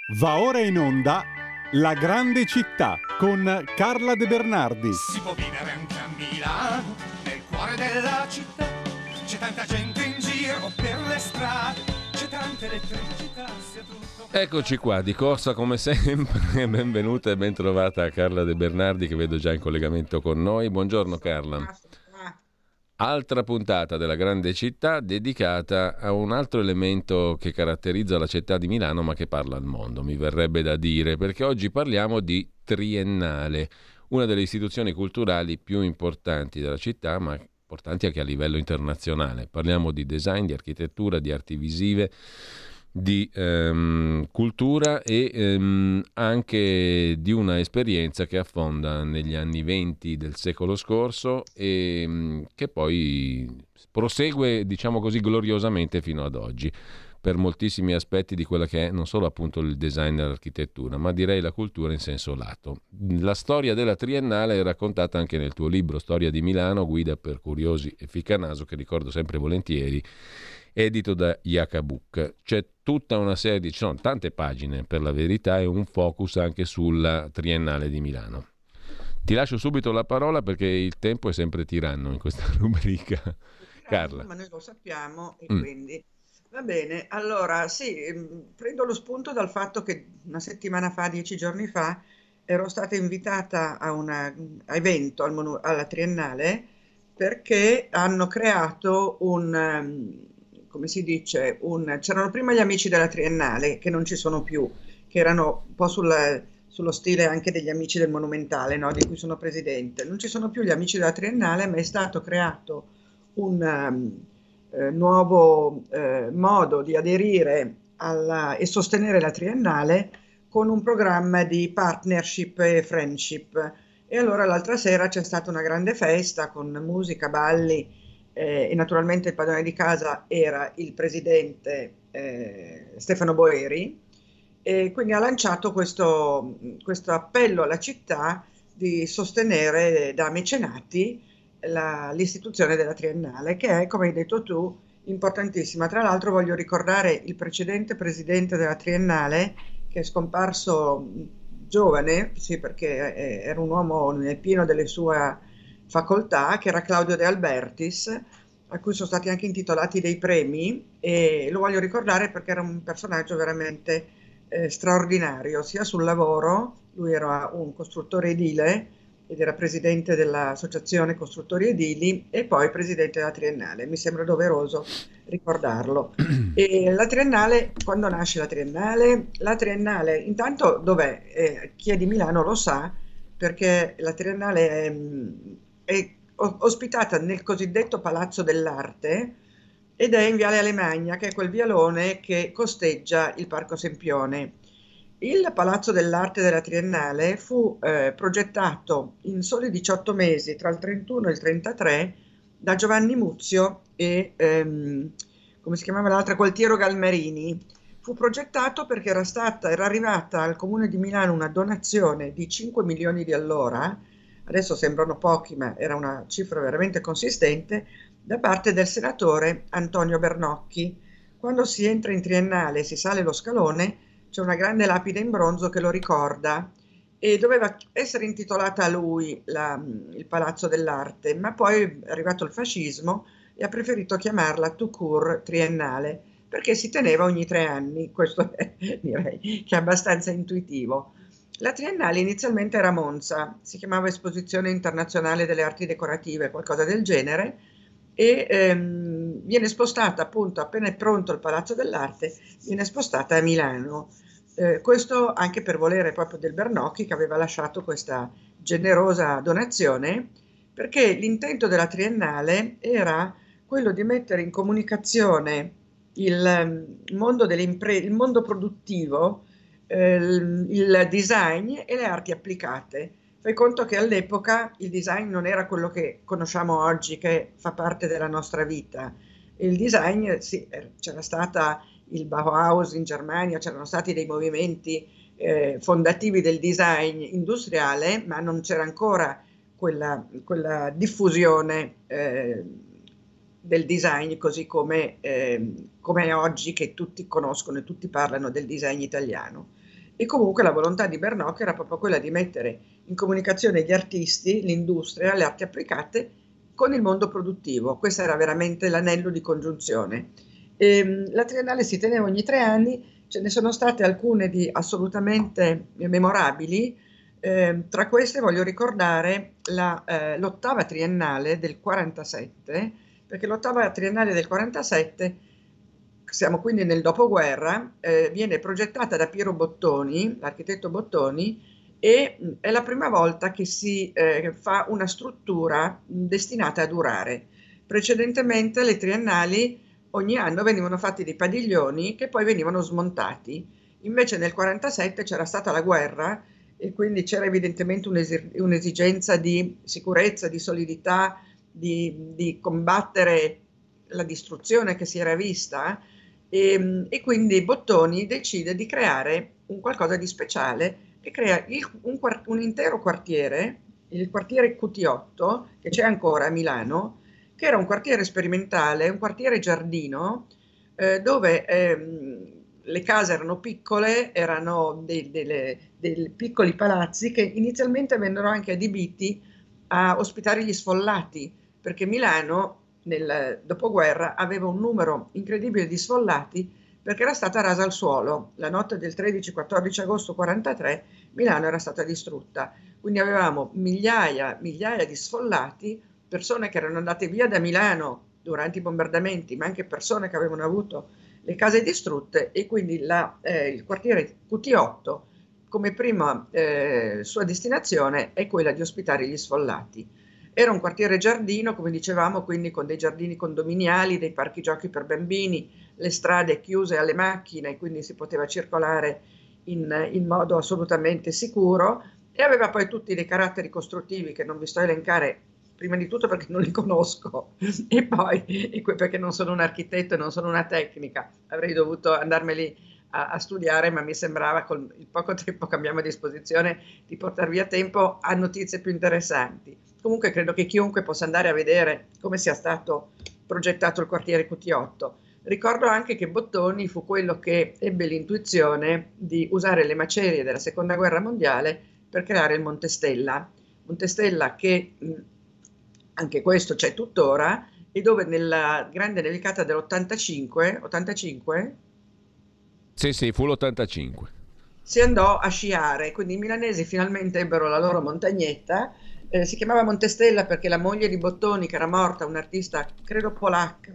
Va ora in onda La grande città con Carla De Bernardi. Si può vivere anche a Milano, nel cuore della città. C'è tanta gente in giro per le strade, c'è tanta elettricità, sia tutto... Eccoci qua, di corsa come sempre. Benvenuta e ben trovata a Carla De Bernardi, che vedo già in collegamento con noi. Buongiorno Carla. Altra puntata della grande città dedicata a un altro elemento che caratterizza la città di Milano ma che parla al mondo, mi verrebbe da dire, perché oggi parliamo di Triennale, una delle istituzioni culturali più importanti della città, ma importanti anche a livello internazionale. Parliamo di design, di architettura, di arti visive, di cultura e anche di una esperienza che affonda negli anni 20 del secolo scorso e che poi prosegue, diciamo così, gloriosamente fino ad oggi per moltissimi aspetti di quella che è non solo appunto il design e l'architettura, ma direi la cultura in senso lato. La storia della Triennale è raccontata anche nel tuo libro Storia di Milano, guida per curiosi e ficcanaso, che ricordo sempre volentieri, edito da Jakabuk. C'è tutta una serie, ci sono tante pagine per la verità e un focus anche sulla Triennale di Milano. Ti lascio subito la parola perché il tempo è sempre tiranno in questa rubrica. Carla. Ma noi lo sappiamo e quindi va bene. Allora sì, prendo lo spunto dal fatto che una settimana fa, 10 giorni fa, ero stata invitata a un evento alla Triennale perché hanno creato come si dice, c'erano prima gli amici della Triennale, che non ci sono più, che erano un po' sullo stile anche degli amici del Monumentale, no? Di cui sono presidente. Non ci sono più gli amici della Triennale, ma è stato creato un nuovo modo di aderire e sostenere la Triennale con un programma di partnership e friendship. E allora l'altra sera c'è stata una grande festa con musica, balli, e naturalmente il padrone di casa era il presidente Stefano Boeri, e quindi ha lanciato questo appello alla città di sostenere da mecenati l'istituzione della Triennale, che è, come hai detto tu, importantissima. Tra l'altro voglio ricordare il precedente presidente della Triennale, che è scomparso giovane, sì, perché era un uomo nel pieno delle sue facoltà, che era Claudio De Albertis, a cui sono stati anche intitolati dei premi, e lo voglio ricordare perché era un personaggio veramente straordinario, sia sul lavoro. Lui era un costruttore edile ed era presidente dell'Associazione Costruttori Edili e poi presidente della Triennale. Mi sembra doveroso ricordarlo. E la Triennale, quando nasce la Triennale? La Triennale, intanto dov'è? Chi è di Milano lo sa, perché la Triennale è ospitata nel cosiddetto Palazzo dell'Arte ed è in Viale Alemagna, che è quel vialone che costeggia il Parco Sempione. Il Palazzo dell'Arte della Triennale fu progettato in soli 18 mesi, tra il 31 e il 33, da Giovanni Muzio e, come si chiamava l'altra, Gualtiero Galmarini. Fu progettato perché era arrivata al Comune di Milano una donazione di 5 milioni di allora, adesso sembrano pochi, ma era una cifra veramente consistente, da parte del senatore Antonio Bernocchi. Quando si entra in Triennale e si sale lo scalone, c'è una grande lapide in bronzo che lo ricorda e doveva essere intitolata a lui il Palazzo dell'Arte, ma poi è arrivato il fascismo e ha preferito chiamarla tout court Triennale, perché si teneva ogni 3 anni, questo direi che è abbastanza intuitivo. La Triennale inizialmente era a Monza, si chiamava Esposizione Internazionale delle Arti Decorative, qualcosa del genere, e viene spostata, appunto, appena è pronto il Palazzo dell'Arte, viene spostata a Milano. Questo anche per volere proprio del Bernocchi, che aveva lasciato questa generosa donazione, perché l'intento della Triennale era quello di mettere in comunicazione il mondo il mondo produttivo, il design e le arti applicate. Fai conto che all'epoca il design non era quello che conosciamo oggi, che fa parte della nostra vita. Il design, sì, c'era stata il Bauhaus in Germania, c'erano stati dei movimenti fondativi del design industriale, ma non c'era ancora quella diffusione del design così come è oggi, che tutti conoscono e tutti parlano del design italiano. e comunque la volontà di Bernocchi era proprio quella di mettere in comunicazione gli artisti, l'industria, le arti applicate con il mondo produttivo. Questo era veramente l'anello di congiunzione. La Triennale si teneva ogni 3 anni, ce ne sono state alcune di assolutamente memorabili. Tra queste voglio ricordare l'ottava Triennale del 47, perché l'ottava Triennale del 47, siamo quindi nel dopoguerra, viene progettata da Piero Bottoni, l'architetto Bottoni, e è la prima volta che si fa una struttura destinata a durare. Precedentemente le triennali ogni anno venivano fatti dei padiglioni che poi venivano smontati. Invece nel 47 c'era stata la guerra e quindi c'era evidentemente un'esigenza di sicurezza, di solidità, di combattere la distruzione che si era vista, e quindi Bottoni decide di creare un qualcosa di speciale che crea un intero quartiere, il quartiere QT8, che c'è ancora a Milano, che era un quartiere sperimentale, un quartiere giardino, dove le case erano piccole, erano dei piccoli palazzi che inizialmente vennero anche adibiti a ospitare gli sfollati, perché Milano nel dopoguerra aveva un numero incredibile di sfollati perché era stata rasa al suolo. La notte del 13-14 agosto 43 Milano era stata distrutta, quindi avevamo migliaia di sfollati, persone che erano andate via da Milano durante i bombardamenti, ma anche persone che avevano avuto le case distrutte, e quindi il quartiere QT8 come prima sua destinazione è quella di ospitare gli sfollati. Era un quartiere giardino, come dicevamo, quindi con dei giardini condominiali, dei parchi giochi per bambini, le strade chiuse alle macchine, quindi si poteva circolare in modo assolutamente sicuro, e aveva poi tutti dei caratteri costruttivi che non vi sto a elencare, prima di tutto perché non li conosco e poi perché non sono un architetto e non sono una tecnica, avrei dovuto andarmeli a studiare, ma mi sembrava, con il poco tempo che abbiamo a disposizione, di portar via tempo a notizie più interessanti. Comunque credo che chiunque possa andare a vedere come sia stato progettato il quartiere QT8. Ricordo anche che Bottoni fu quello che ebbe l'intuizione di usare le macerie della Seconda Guerra Mondiale per creare il Monte Stella. Monte Stella che anche questo c'è tuttora, e dove nella grande nevicata dell'85, 85? Sì, fu l'85. Si andò a sciare, quindi i milanesi finalmente ebbero la loro montagnetta. Si chiamava Monte Stella perché la moglie di Bottoni, che era morta, un'artista credo polacca,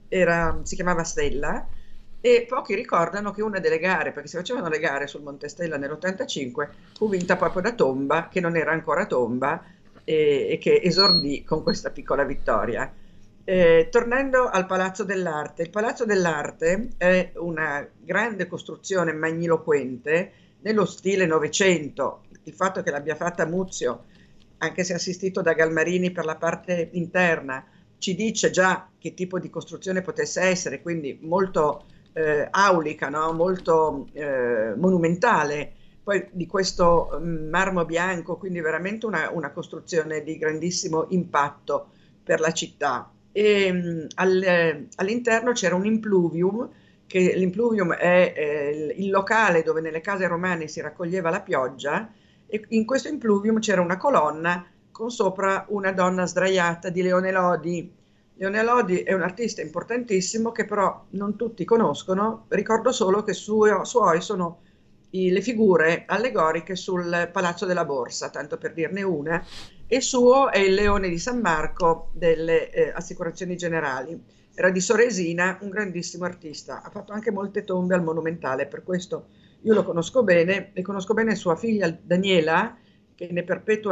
si chiamava Stella, e pochi ricordano che una delle gare, perché si facevano le gare sul Monte Stella nell'85, fu vinta proprio da Tomba, che non era ancora Tomba, e che esordì con questa piccola vittoria. Tornando al Palazzo dell'Arte, il Palazzo dell'Arte è una grande costruzione magniloquente nello stile Novecento. Il fatto che l'abbia fatta Muzio, anche se assistito da Galmarini per la parte interna, ci dice già che tipo di costruzione potesse essere, quindi molto aulica, no? Molto monumentale. Poi di questo marmo bianco, quindi veramente una costruzione di grandissimo impatto per la città. E all'interno c'era un impluvium, che l'impluvium è il locale dove nelle case romane si raccoglieva la pioggia, e in questo impluvium c'era una colonna con sopra una donna sdraiata di Leone Lodi. Leone Lodi è un artista importantissimo che però non tutti conoscono. Ricordo solo che suoi sono le figure allegoriche sul Palazzo della Borsa, tanto per dirne una, e suo è il Leone di San Marco delle Assicurazioni Generali. Era di Soresina, un grandissimo artista, ha fatto anche molte tombe al Monumentale, per questo io lo conosco bene, e conosco bene sua figlia Daniela, che ne perpetua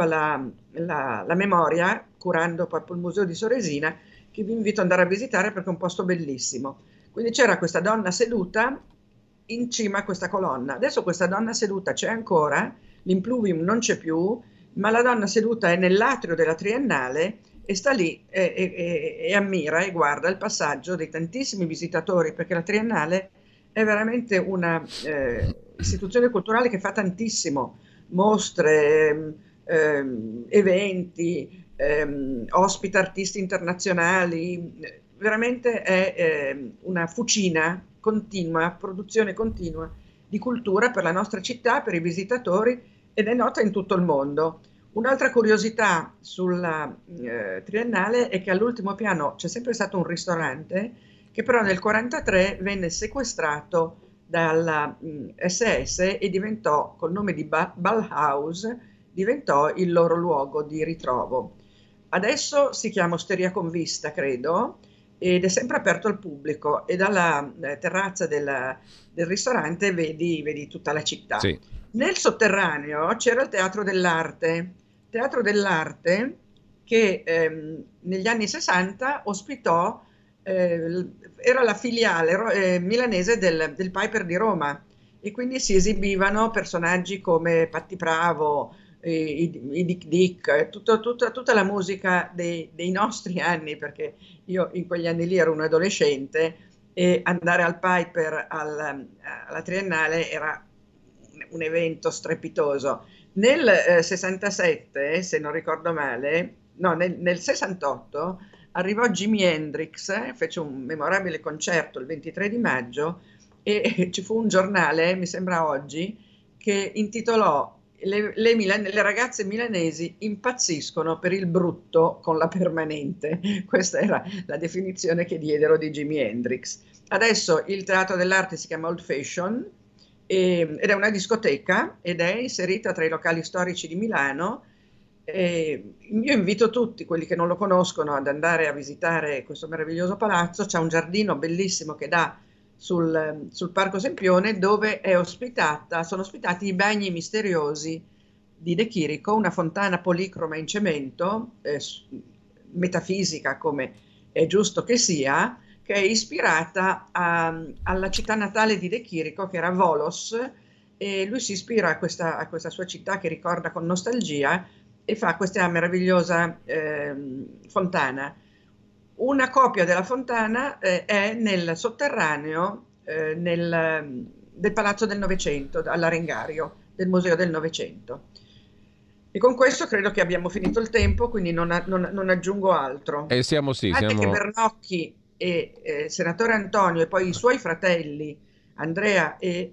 la memoria, curando proprio il museo di Soresina, che vi invito ad andare a visitare perché è un posto bellissimo. Quindi c'era questa donna seduta in cima a questa colonna. Adesso questa donna seduta c'è ancora, l'impluvium non c'è più, ma la donna seduta è nell'atrio della Triennale e sta lì e ammira e guarda il passaggio dei tantissimi visitatori, perché la Triennale è veramente una istituzione culturale che fa tantissimo, mostre, eventi, ospita artisti internazionali, veramente è una fucina continua, produzione continua di cultura per la nostra città, per i visitatori, ed è nota in tutto il mondo. Un'altra curiosità sulla Triennale è che all'ultimo piano c'è sempre stato un ristorante che però nel 1943 venne sequestrato dalla SS e diventò, col nome di Ballhaus, diventò il loro luogo di ritrovo. Adesso si chiama Osteria con Vista, credo, ed è sempre aperto al pubblico e dalla terrazza del ristorante vedi tutta la città. Sì. Nel sotterraneo c'era il Teatro dell'Arte che negli anni 60 ospitò, era la filiale milanese del Piper di Roma, e quindi si esibivano personaggi come Patti Bravo, i Dick Dick, tutta la musica dei nostri anni, perché io in quegli anni lì ero un adolescente e andare al Piper alla Triennale era un evento strepitoso. Nel 67, se non ricordo male, no, nel 68 arrivò Jimi Hendrix, fece un memorabile concerto il 23 di maggio e ci fu un giornale, mi sembra oggi, che intitolò le ragazze milanesi impazziscono per il brutto con la permanente. Questa era la definizione che diedero di Jimi Hendrix. Adesso il Teatro dell'Arte si chiama Old Fashion ed è una discoteca ed è inserita tra i locali storici di Milano. Io invito tutti quelli che non lo conoscono ad andare a visitare questo meraviglioso palazzo. C'è un giardino bellissimo che dà sul Parco Sempione, dove sono ospitati i bagni misteriosi di De Chirico, una fontana policroma in cemento, metafisica come è giusto che sia, che è ispirata alla città natale di De Chirico, che era Volos, e lui si ispira a questa sua città che ricorda con nostalgia e fa questa meravigliosa fontana. Una copia della fontana è nel sotterraneo del Palazzo del Novecento, all'Arengario, del Museo del Novecento. E con questo credo che abbiamo finito il tempo, quindi non aggiungo altro. Siamo che Bernocchi e senatore Antonio e poi i suoi fratelli Andrea e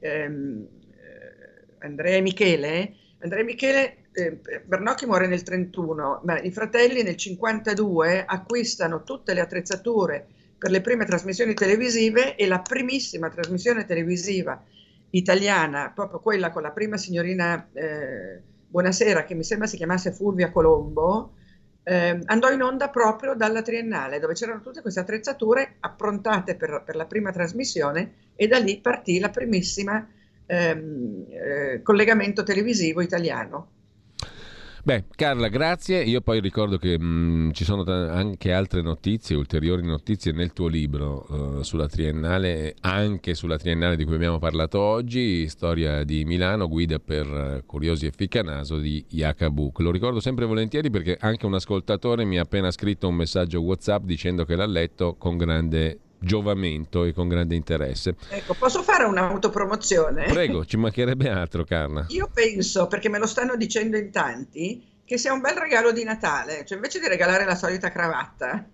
Michele. Bernocchi muore nel 31, ma i fratelli nel 52 acquistano tutte le attrezzature per le prime trasmissioni televisive, e la primissima trasmissione televisiva italiana, proprio quella con la prima signorina Buonasera, che mi sembra si chiamasse Fulvia Colombo, andò in onda proprio dalla Triennale, dove c'erano tutte queste attrezzature approntate per la prima trasmissione, e da lì partì la primissima collegamento televisivo italiano. Beh, Carla, grazie. Io poi ricordo che ci sono anche altre notizie, ulteriori notizie nel tuo libro sulla Triennale, anche sulla Triennale di cui abbiamo parlato oggi, Storia di Milano, guida per curiosi e ficcanaso di Jaca Buch. Lo ricordo sempre volentieri perché anche un ascoltatore mi ha appena scritto un messaggio WhatsApp dicendo che l'ha letto con grande giovamento e con grande interesse. Ecco, posso fare un'autopromozione? Prego, ci mancherebbe altro, Carla. Io penso, perché me lo stanno dicendo in tanti, che sia un bel regalo di Natale, cioè invece di regalare la solita cravatta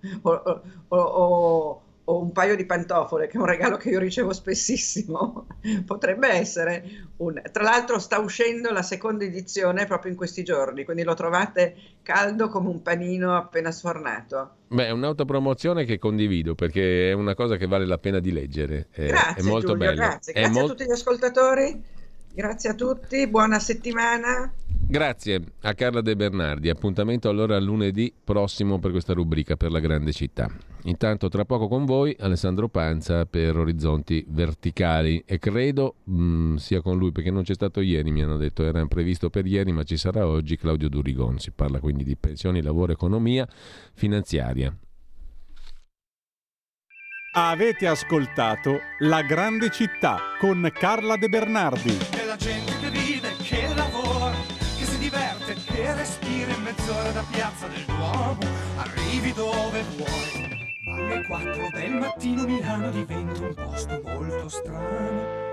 o un paio di pantofole, che è un regalo che io ricevo spessissimo, potrebbe essere tra l'altro sta uscendo la seconda edizione proprio in questi giorni, quindi lo trovate caldo come un panino appena sfornato. Beh, è un'autopromozione che condivido, perché è una cosa che vale la pena di leggere. Grazie, è molto Giulio, bello. Grazie a tutti gli ascoltatori, grazie a tutti, buona settimana. Grazie a Carla De Bernardi. Appuntamento allora lunedì prossimo per questa rubrica per la grande città. Intanto tra poco con voi Alessandro Panza per Orizzonti Verticali, e credo sia con lui, perché non c'è stato ieri, mi hanno detto, era previsto per ieri, ma ci sarà oggi, Claudio Durigon. Si parla quindi di pensioni, lavoro, economia finanziaria. Avete ascoltato La grande città con Carla De Bernardi. È la gente che vive, che lavora, che si diverte, che respira in mezz'ora da Piazza del Duomo. Arrivi dove vuoi, ma alle 4 del mattino Milano diventa un posto molto strano.